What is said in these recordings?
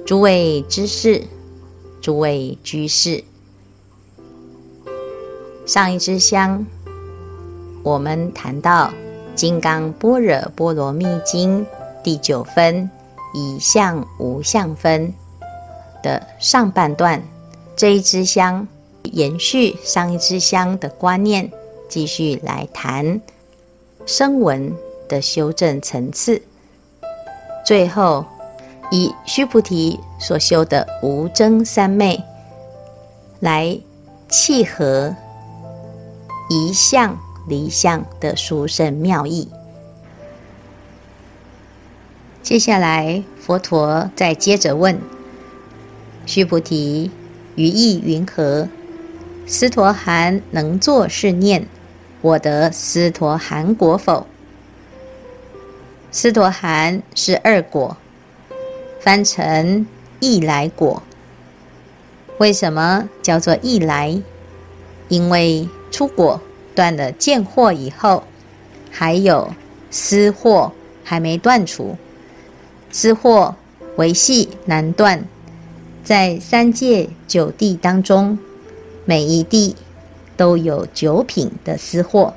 诸位知士，诸位居士，上一支香我们谈到《金刚般若波罗蜜经》第9分以相无相分的上半段，这一支香延续上一支香的观念，继续来谈声闻的修正层次，最后以须菩提所修的无争三昧来契合一相离相的殊胜妙义。接下来佛陀再接着问须菩提，于意云何？斯陀含能作是念：我得斯陀含果否？斯陀含是二果，翻成意来果。为什么叫做意来？因为初果断了见惑以后，还有思惑还没断除，思惑维系难断，在三界9地当中，每一地都有9品的思惑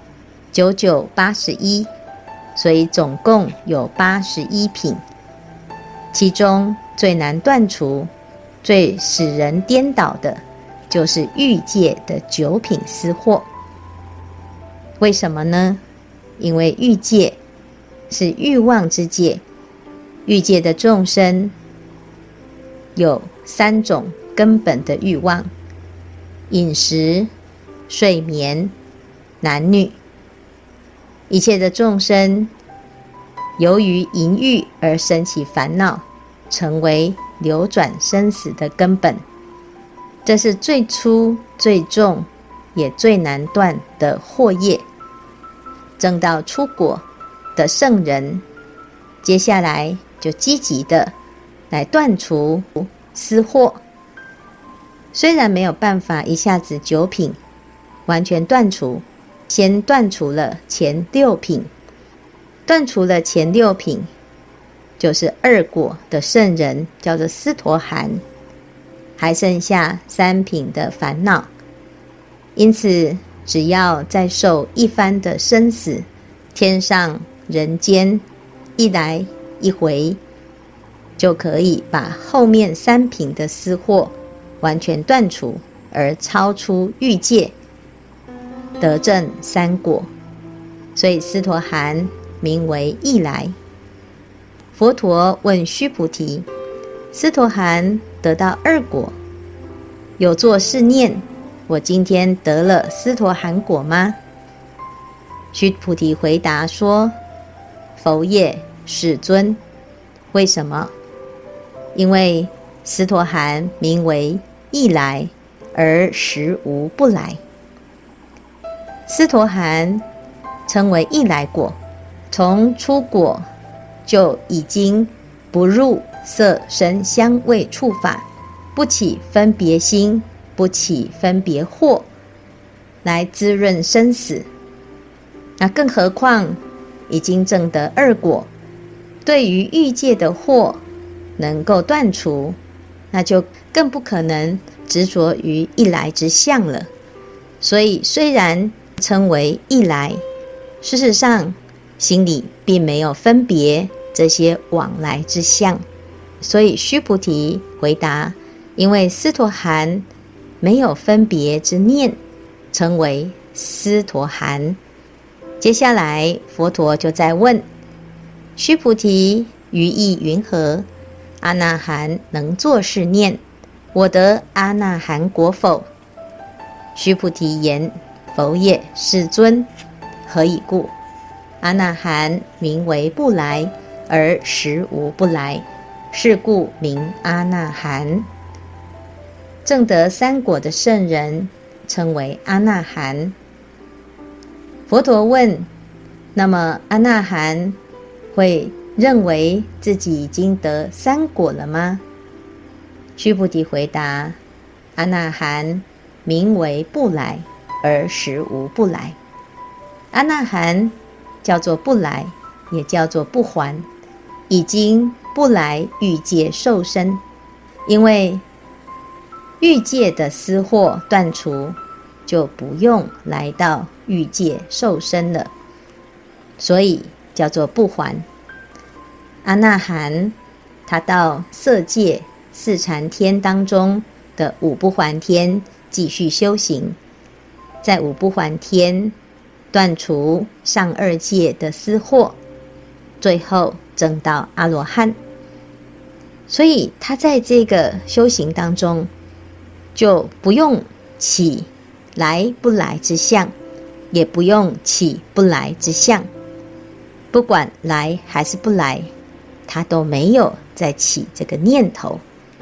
，9 9 81，所以总共有81品。其中最难断除、最使人颠倒的，就是欲界的9品思惑。为什么呢？因为欲界是欲望之界，欲界的众生有3种根本的欲望：饮食、睡眠、男女。一切的众生由于淫欲而生起烦恼，成为流转生死的根本。这是最粗最重也最难断的惑业。证到初果的圣人，接下来就积极的来断除思惑。虽然没有办法一下子9品完全断除，先断除了前6品。断除了前6品，就是二果的圣人，叫做斯陀含，还剩下3品的烦恼。因此只要再受一番的生死，天上人间一来一回，就可以把后面3品的思惑完全断除，而超出欲界，得证3果。所以斯陀含名为意来。佛陀问须菩提，斯陀含得到2果，有作是念：我今天得了斯陀含果吗？须菩提回答说：否也，世尊。为什么？因为斯陀含名为意来，而实无不来。斯陀含称为意来果，从初果就已经不入色声香味触法，不起分别心，不起分别惑，来滋润生死。那更何况已经证得2果，对于欲界的惑能够断除，那就更不可能执着于一来之相了。所以虽然称为一来，事实上心里并没有分别这些往来之相。所以须菩提回答：因为斯陀含没有分别之念，称为斯陀含。接下来佛陀就在问须菩提，于意云何？阿那含能作是念：我得阿那含果否？须菩提言：否也，世尊。何以故？阿那含名为不来，而实无不来，是故名阿那含。证得3果的圣人称为阿那含。佛陀问：那么阿那含会认为自己已经得3果了吗？须菩提回答：阿那含名为不来，而实无不来。阿那含叫做不来，也叫做不还，已经不来欲界受身。因为欲界的私货断除，就不用来到欲界受身了，所以叫做不还。阿那含他到色界四禅天当中的五不还天继续修行，在五不还天断除上二界的私货，最后证到阿罗汉。所以他在这个修行当中就不用起来不来之相，也不用起不来之相，不管来还是不来，他都没有再起这个念头。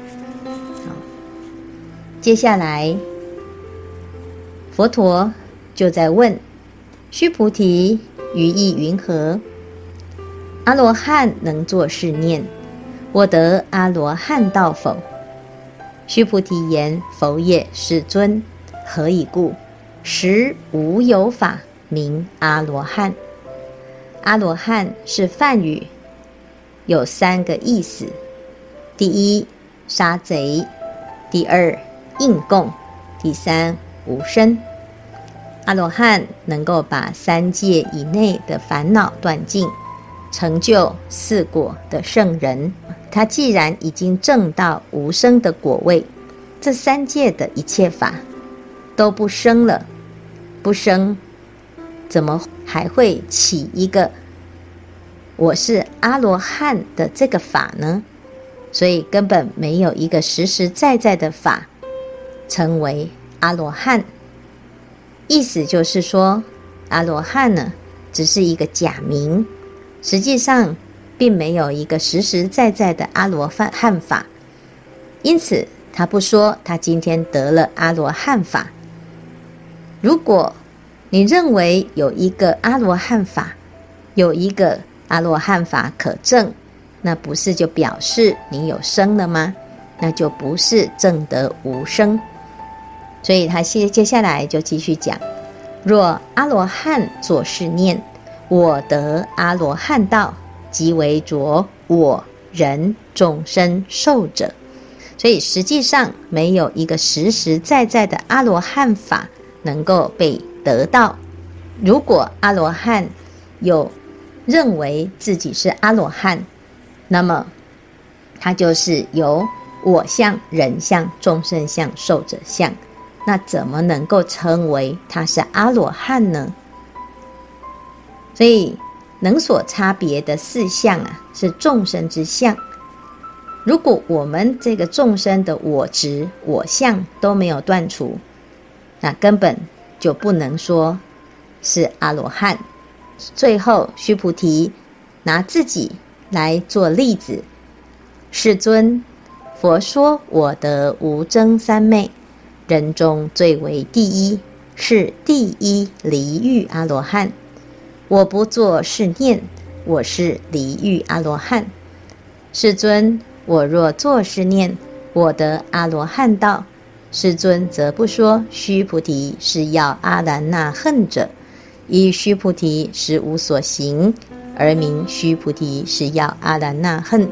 接下来佛陀就在问须菩提，于意云何？阿罗汉能作是念，我得阿罗汉道否？须菩提言：否也，世尊。何以故？实无有法名阿罗汉。阿罗汉是梵语，有3个意思：第一，杀贼；第二，应供；第三，无生。阿罗汉能够把3界以内的烦恼断尽，成就4果的圣人。他既然已经证到无生的果位，这3界的一切法都不生了，不生怎么还会起一个我是阿罗汉的这个法呢？所以根本没有一个实实在在的法成为阿罗汉。意思就是说，阿罗汉呢只是一个假名，实际上并没有一个实实在在的阿罗汉法。因此他不说他今天得了阿罗汉法。如果你认为有一个阿罗汉法，有一个阿罗汉法可证，那不是就表示你有生了吗？那就不是证得无生。所以他接下来就继续讲：若阿罗汉作是念，我得阿罗汉道，即为着我人众生寿者。所以实际上没有一个实实在在的阿罗汉法能够被得到。如果阿罗汉有认为自己是阿罗汉，那么他就是有我相、人相、众生相、寿者相，那怎么能够称为他是阿罗汉呢？所以能所差别的4相是众生之相。如果我们这个众生的我执、我相都没有断除，那根本就不能说是阿罗汉。最后须菩提拿自己来做例子：世尊，佛说我得无争三昧，人中最为第一，是第一离欲阿罗汉。我不作是念，我是离欲阿罗汉。世尊，我若作是念，我得阿罗汉道。世尊则不说须菩提是要阿兰那恨者，依须菩提实无所行，而名须菩提是要阿兰那恨。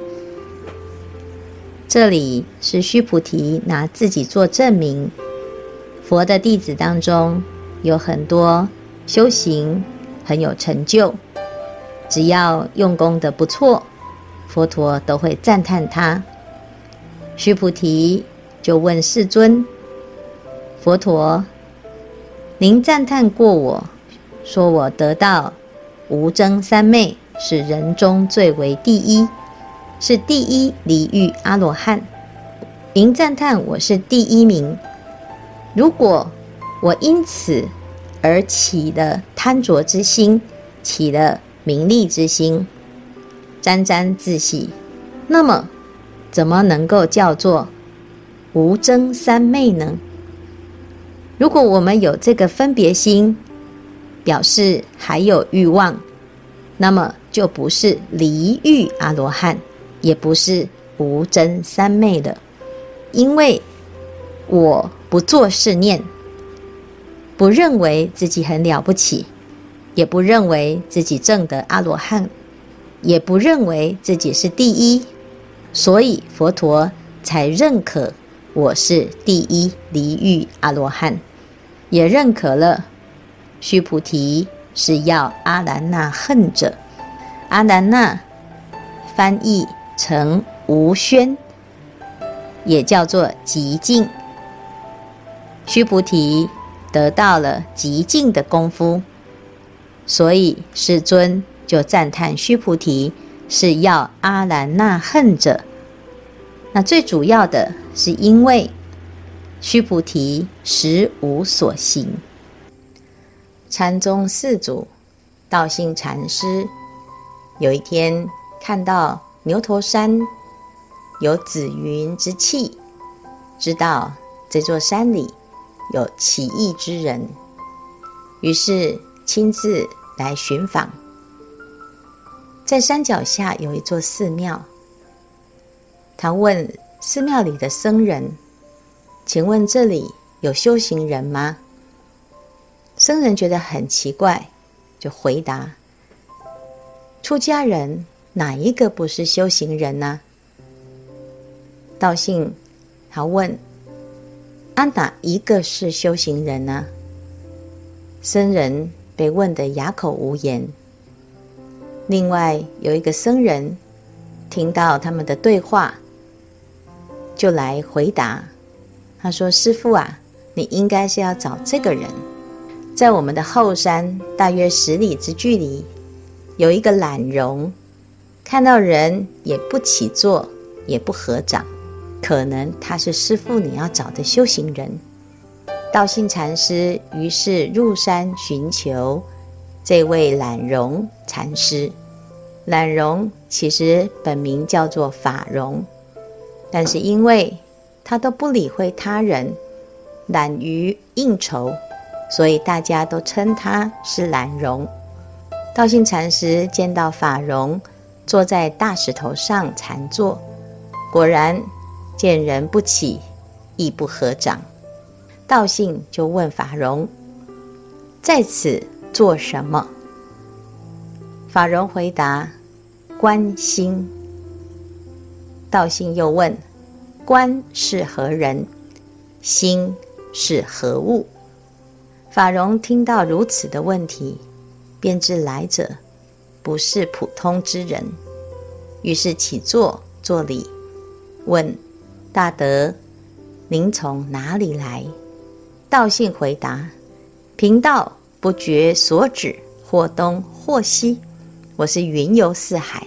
这里是须菩提拿自己做证明。佛的弟子当中有很多修行很有成就，只要用功的不错，佛陀都会赞叹他。须菩提就问世尊：佛陀，您赞叹过我，说我得到无争三昧，是人中最为第一，是第一离欲阿罗汉。您赞叹我是第一名，如果我因此而起了贪着之心，起了名利之心，沾沾自喜，那么怎么能够叫做无争三昧呢？如果我们有这个分别心，表示还有欲望，那么就不是离欲阿罗汉，也不是无争三昧了。因为我不做是念，不认为自己很了不起，也不认为自己证得阿罗汉，也不认为自己是第一， 所以佛陀才认可我是第一离欲阿罗汉，也认可了须菩提是要阿兰那恨者。阿兰那翻译成无宣，也叫做极静。须菩提得到了极静的功夫，所以世尊就赞叹须菩提是要阿兰那恨者。那最主要的是因为须菩提实无所行。禅宗四祖道信禅师有一天看到牛头山有紫云之气，知道这座山里有奇异之人，于是亲自来寻访。在山脚下有一座寺庙，他问寺庙里的僧人，请问这里有修行人吗？僧人觉得很奇怪，就回答，出家人哪一个不是修行人呢？道信他问，哪一个是修行人呢？僧人被问得哑口无言。另外有一个僧人听到他们的对话，就来回答，他说，师父啊，你应该是要找这个人。在我们的后山大约10里之距离，有一个懒容，看到人也不起坐，也不合掌，可能他是师父你要找的修行人。道信禅师于是入山寻求这位懒容禅师。懒容其实本名叫做法容，但是因为他都不理会他人，懒于应酬，所以大家都称他是懒容。道信禅师见到法容坐在大石头上禅坐，果然见人不起，亦不合掌。道信就问法容，在此做什么？法容回答，观心。道信又问，观是何人？心是何物？法容听到如此的问题，便知来者不是普通之人，于是起坐作礼，问大德，您从哪里来？道信回答，贫道不觉所指，或东或西，我是云游四海。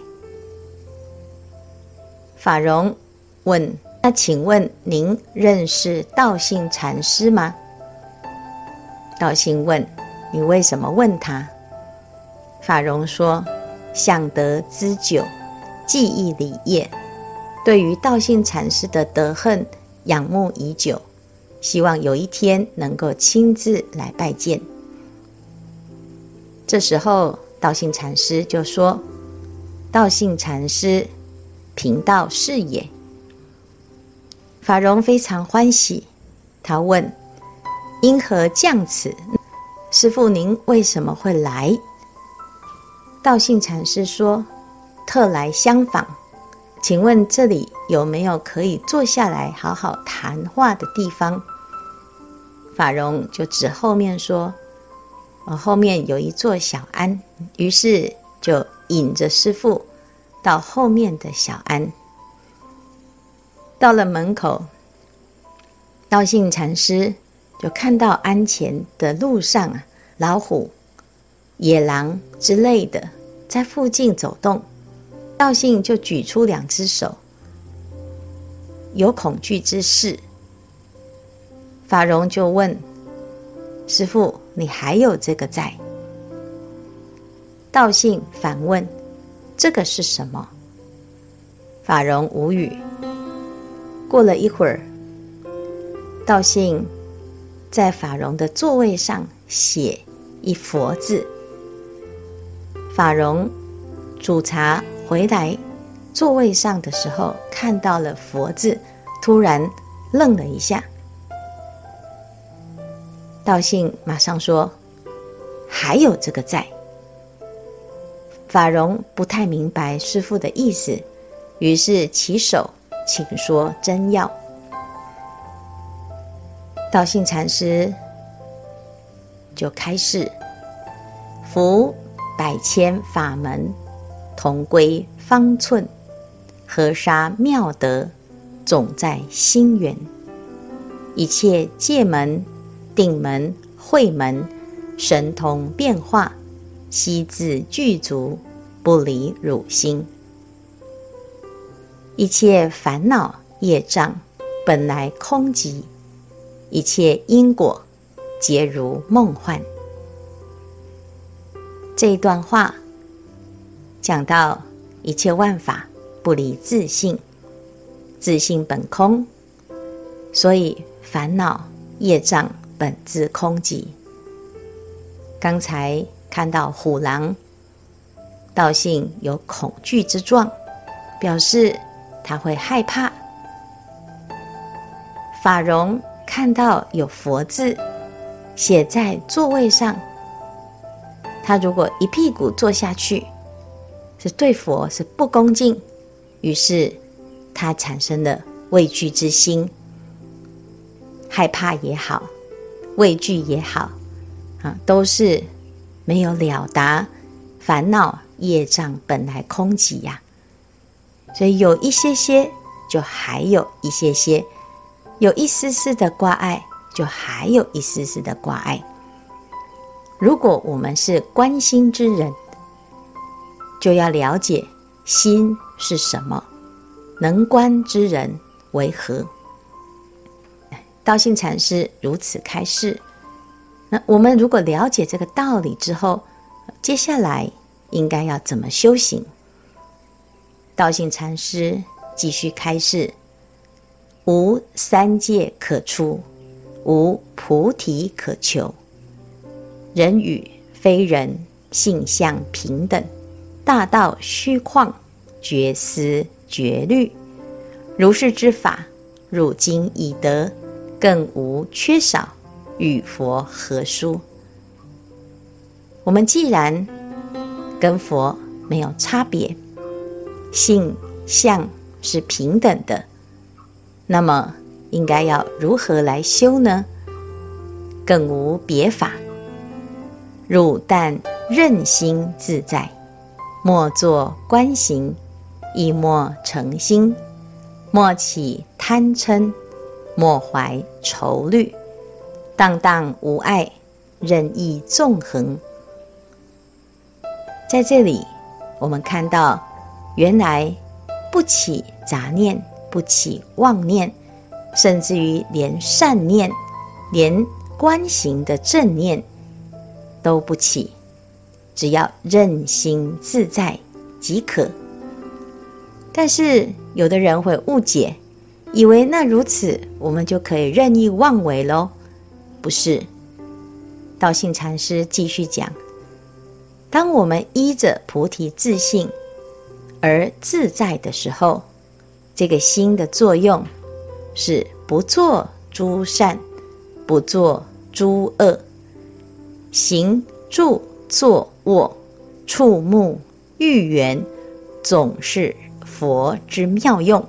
法容问，那请问您认识道信禅师吗？道信问，你为什么问他？法容说，想得资久，记忆礼业，对于道信禅师的德行仰慕已久，希望有一天能够亲自来拜见。这时候道信禅师就说，道信禅师贫道是也。法容非常欢喜，他问，因何降此？师父您为什么会来？道信禅师说，特来相访，请问这里有没有可以坐下来好好谈话的地方？法容就指后面说，后面有一座小庵，于是就引着师父到后面的小庵。到了门口，道信禅师就看到庵前的路上老虎、野狼之类的在附近走动，道信就举出2只手，有恐惧之势。法容就问，师父你还有这个在？道信反问，这个是什么？法容无语。过了一会儿，道信在法容的座位上写一佛字。法容煮茶回来座位上的时候，看到了佛字，突然愣了一下。道信马上说，还有这个在。法容不太明白师父的意思， 于是起手，请说真要。道信禅师就开示：夫百千法门，同归方寸，河沙妙德，总在心源。一切戒门、定门、慧门，神通变化，悉自具足，不离汝心。一切烦恼业障，本来空寂，一切因果，皆如梦幻。这一段话讲到一切万法不离自性，自性本空，所以烦恼业障本自空寂。刚才看到虎狼，道信有恐惧之状，表示他会害怕。法融看到有佛字写在座位上，他如果一屁股坐下去，是对佛是不恭敬，于是他产生了畏惧之心。害怕也好，畏惧也好，都是没有了达烦恼业障本来空寂呀。所以有一些些，就还有一些些；有一丝丝的挂碍，就还有一丝丝的挂碍。如果我们是观心之人，就要了解心是什么，能观之人为何。道信禅师如此开示，那我们如果了解这个道理之后，接下来应该要怎么修行？道信禅师继续开示：无三界可出，无菩提可求，人与非人，性相平等，大道虚旷，绝思绝虑。如是之法，汝今已得，更无缺少，与佛何殊？我们既然跟佛没有差别，性相是平等的，那么应该要如何来修呢？更无别法，汝但任心自在，莫作观行，亦莫成心，莫起贪嗔，莫怀愁虑，荡荡无碍，任意纵横。在这里我们看到，原来不起杂念，不起妄念，甚至于连善念，连观行的正念都不起，只要任心自在即可。但是有的人会误解，以为那如此我们就可以任意妄为咯。不是，道信禅师继续讲，当我们依着菩提自性而自在的时候，这个心的作用是不做诸善，不做诸恶，行住坐卧触目遇缘，总是佛之妙用。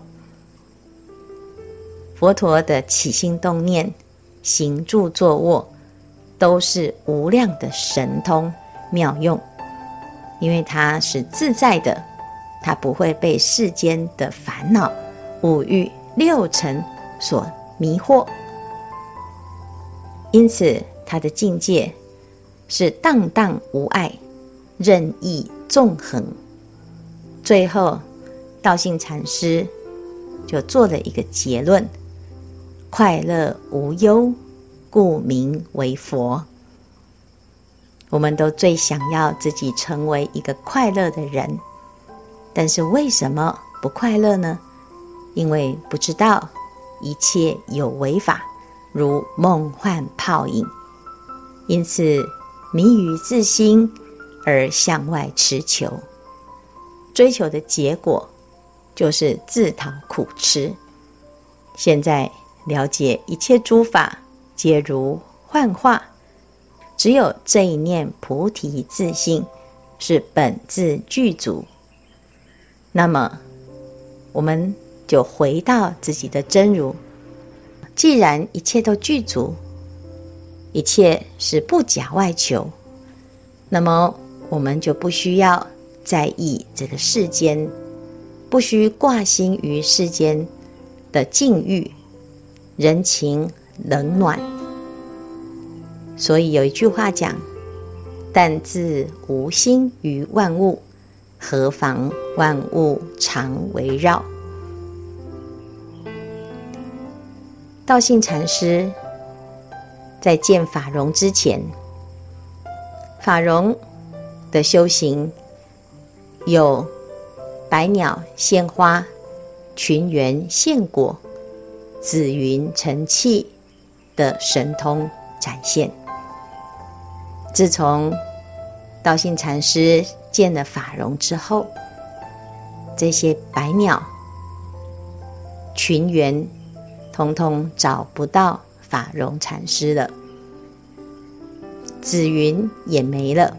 佛陀的起心动念，行住坐卧，都是无量的神通妙用，因为他是自在的，他不会被世间的烦恼、五欲、六尘所迷惑，因此他的境界是荡荡无碍，任意纵横。最后道信禅师就做了一个结论：快乐无忧，故名为佛。我们都最想要自己成为一个快乐的人，但是为什么不快乐呢？因为不知道一切有为法，如梦幻泡影，因此迷于自心而向外持求，追求的结果就是自讨苦吃。现在了解一切诸法皆如幻化，只有这一念菩提自性是本自具足，那么我们就回到自己的真如。既然一切都具足，一切是不假外求，那么我们就不需要在意这个世间，不需挂心于世间的境遇、人情冷暖。所以有一句话讲，但自无心于万物，何妨万物常围绕。道信禅师在见法融之前，法融的修行有百鸟献花、群猿献果、紫云成器的神通展现。自从道信禅师见了法融之后，这些百鸟、群猿统统找不到法融禅师了，紫云也没了。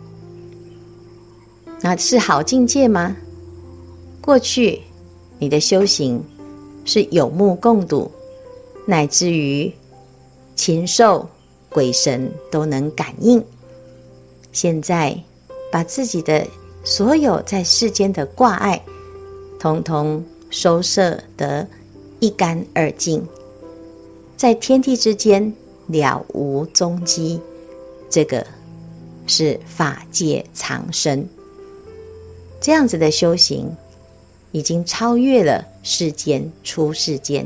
那是好境界吗？过去你的修行是有目共睹，乃至于禽兽鬼神都能感应。现在把自己的所有在世间的挂碍统统收摄得一干二净，在天地之间了无踪迹。这个是法界藏身，这样子的修行已经超越了世间出世间。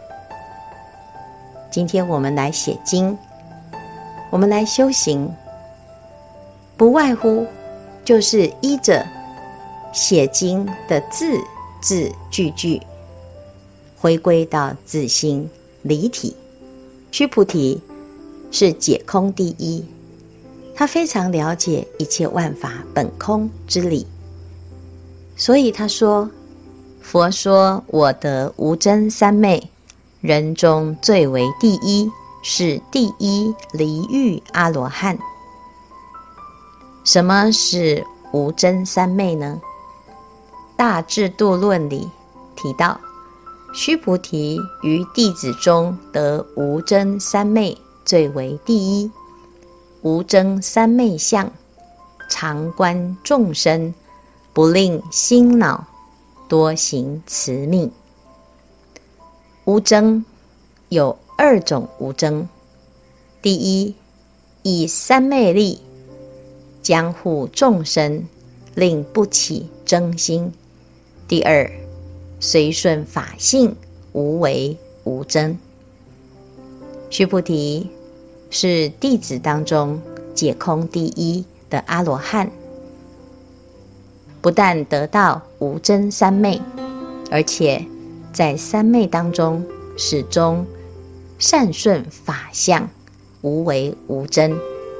今天我们来写经，我们来修行，不外乎就是依着写经的字字句句，回归到自心离体。须菩提是解空第一，他非常了解一切万法本空之理，所以他说，佛说我得无真三昧，人中最为第一，是第一离欲阿罗汉。什么是无真三昧呢？大智度论里提到，须菩提于弟子中得无真三昧最为第一。无争三昧相，常观众生，不令心恼，多行慈命。无争有2种无争，第一，以三昧力将护众生，令不起争心；第二，随顺法性，无为无争。须菩提是弟子当中解空第一的阿罗汉，不但得到无争三昧，而且在三昧当中始终善顺法相，无为无争。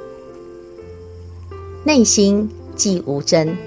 内心既无争，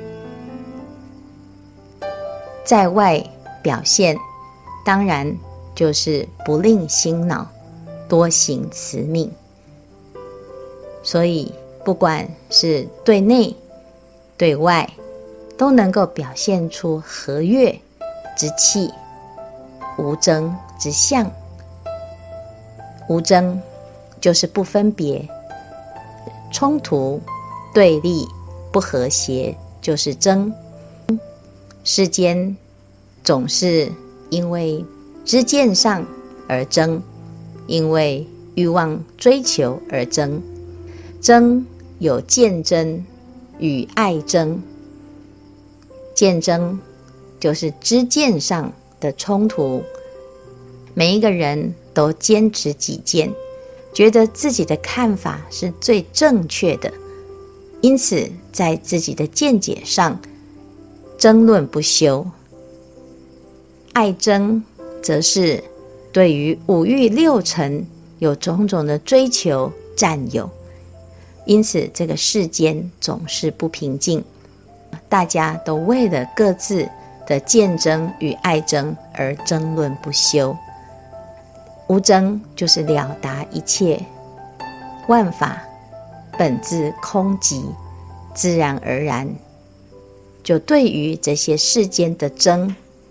在外表现当然就是不令心恼，多行慈命。所以不管是对内对外，都能够表现出和悦之气，无争之相。无争就是不分别，冲突对立不和谐就是争。世间总是因为知见上而争，因为欲望追求而争。争有见争与爱争，见争就是知见上的冲突，每一个人都坚持己见，觉得自己的看法是最正确的，因此在自己的见解上争论不休。爱争则是对于五欲六尘有种种的追求占有，因此这个世间总是不平静，大家都为了各自的见争与爱争而争论不休。无争就是了达一切万法本自空寂，自然而然就对于这些世间的争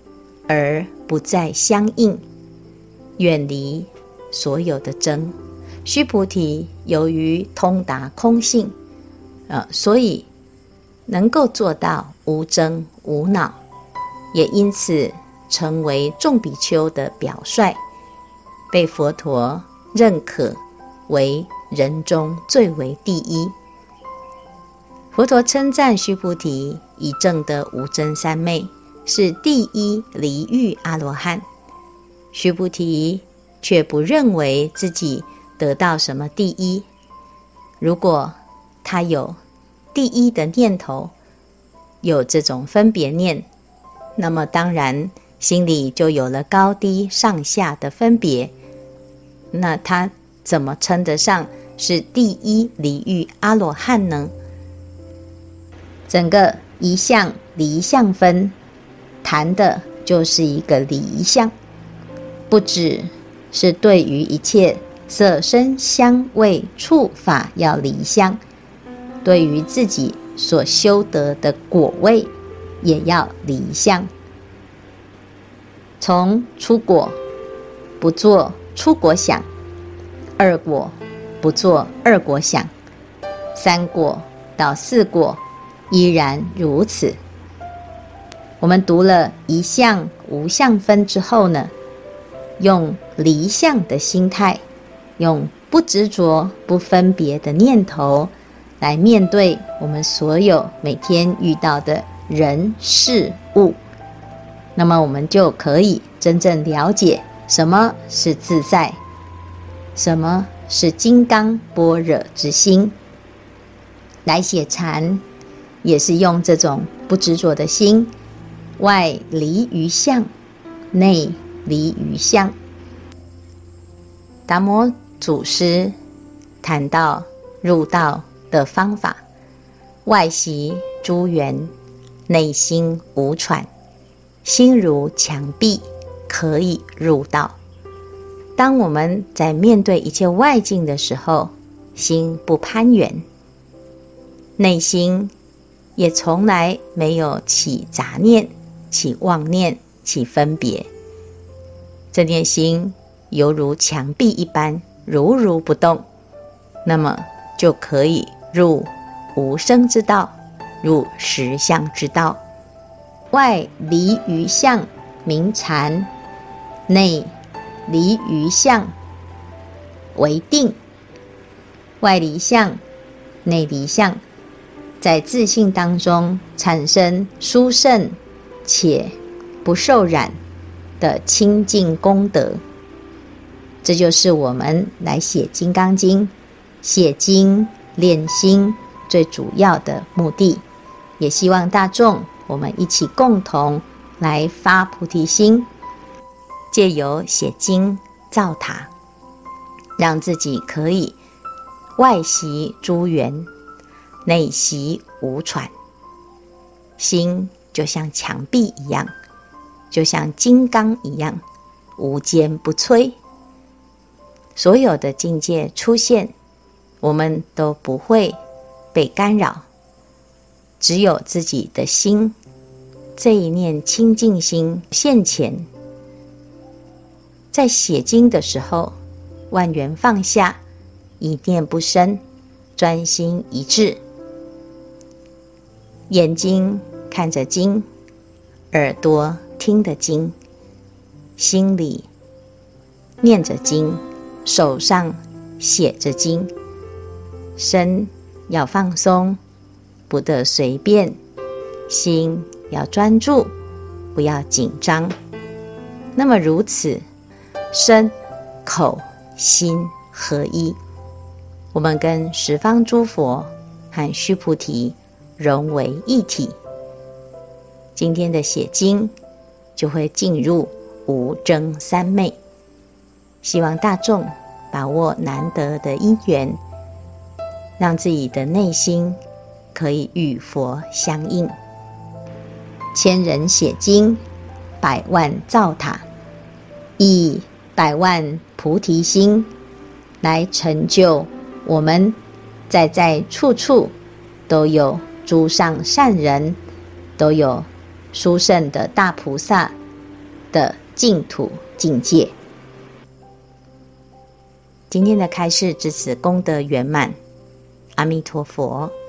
而不再相应，远离所有的争。须菩提由于通达空性，所以能够做到无争无恼，也因此成为众比丘的表率，被佛陀认可为人中最为第一。佛陀称赞须菩提已证得无争三昧，是第一离欲阿罗汉。须菩提却不认为自己得到什么第一，如果他有第一的念头，有这种分别念，那么当然心里就有了高低上下的分别，那他怎么称得上是第一离欲阿罗汉呢？整个一相离相分谈的就是一个离相，不只是对于一切色声香味触法要离相，对于自己所修得的果位也要离相。从出果不做出果想，二果不做二果想，三果到四果依然如此。我们读了一相无相分之后呢，用离相的心态，用不执着不分别的念头来面对我们所有每天遇到的人事物，那么我们就可以真正了解什么是自在，什么是金刚般若之心。来写禅也是用这种不执着的心，外离于相，内离于相。达摩祖师谈到入道的方法，外习诸缘，内心无喘，心如墙壁，可以入道。当我们在面对一切外境的时候，心不攀缘，内心也从来没有起杂念、起妄念、起分别，这念心犹如墙壁一般如如不动，那么就可以入无生之道，入实相之道。外离于相名禅，内离于相为定。外离相，内离相，在自性当中产生殊胜且不受染的清净功德。这就是我们来写《金刚经》、写经练心最主要的目的，也希望大众我们一起共同来发菩提心，借由写经造塔，让自己可以外习诸缘，内习无喘，心就像墙壁一样，就像金刚一样，无坚不摧。所有的境界出现，我们都不会被干扰，只有自己的心，这一念清净心现前。在写经的时候，万缘放下，一念不生，专心一致，眼睛看着经，耳朵听着经，心里念着经，手上写着经，身要放松，不得随便，心要专注，不要紧张。那么如此，身口心合一，我们跟十方诸佛和须菩提融为一体。今天的写经就会进入无争三昧，希望大众把握难得的因缘，让自己的内心可以与佛相应。千人写经，百万造塔，以百万菩提心来成就我们在处处都有诸上善人，都有殊胜的大菩萨的净土境界。今天的开示至此功德圆满，阿弥陀佛。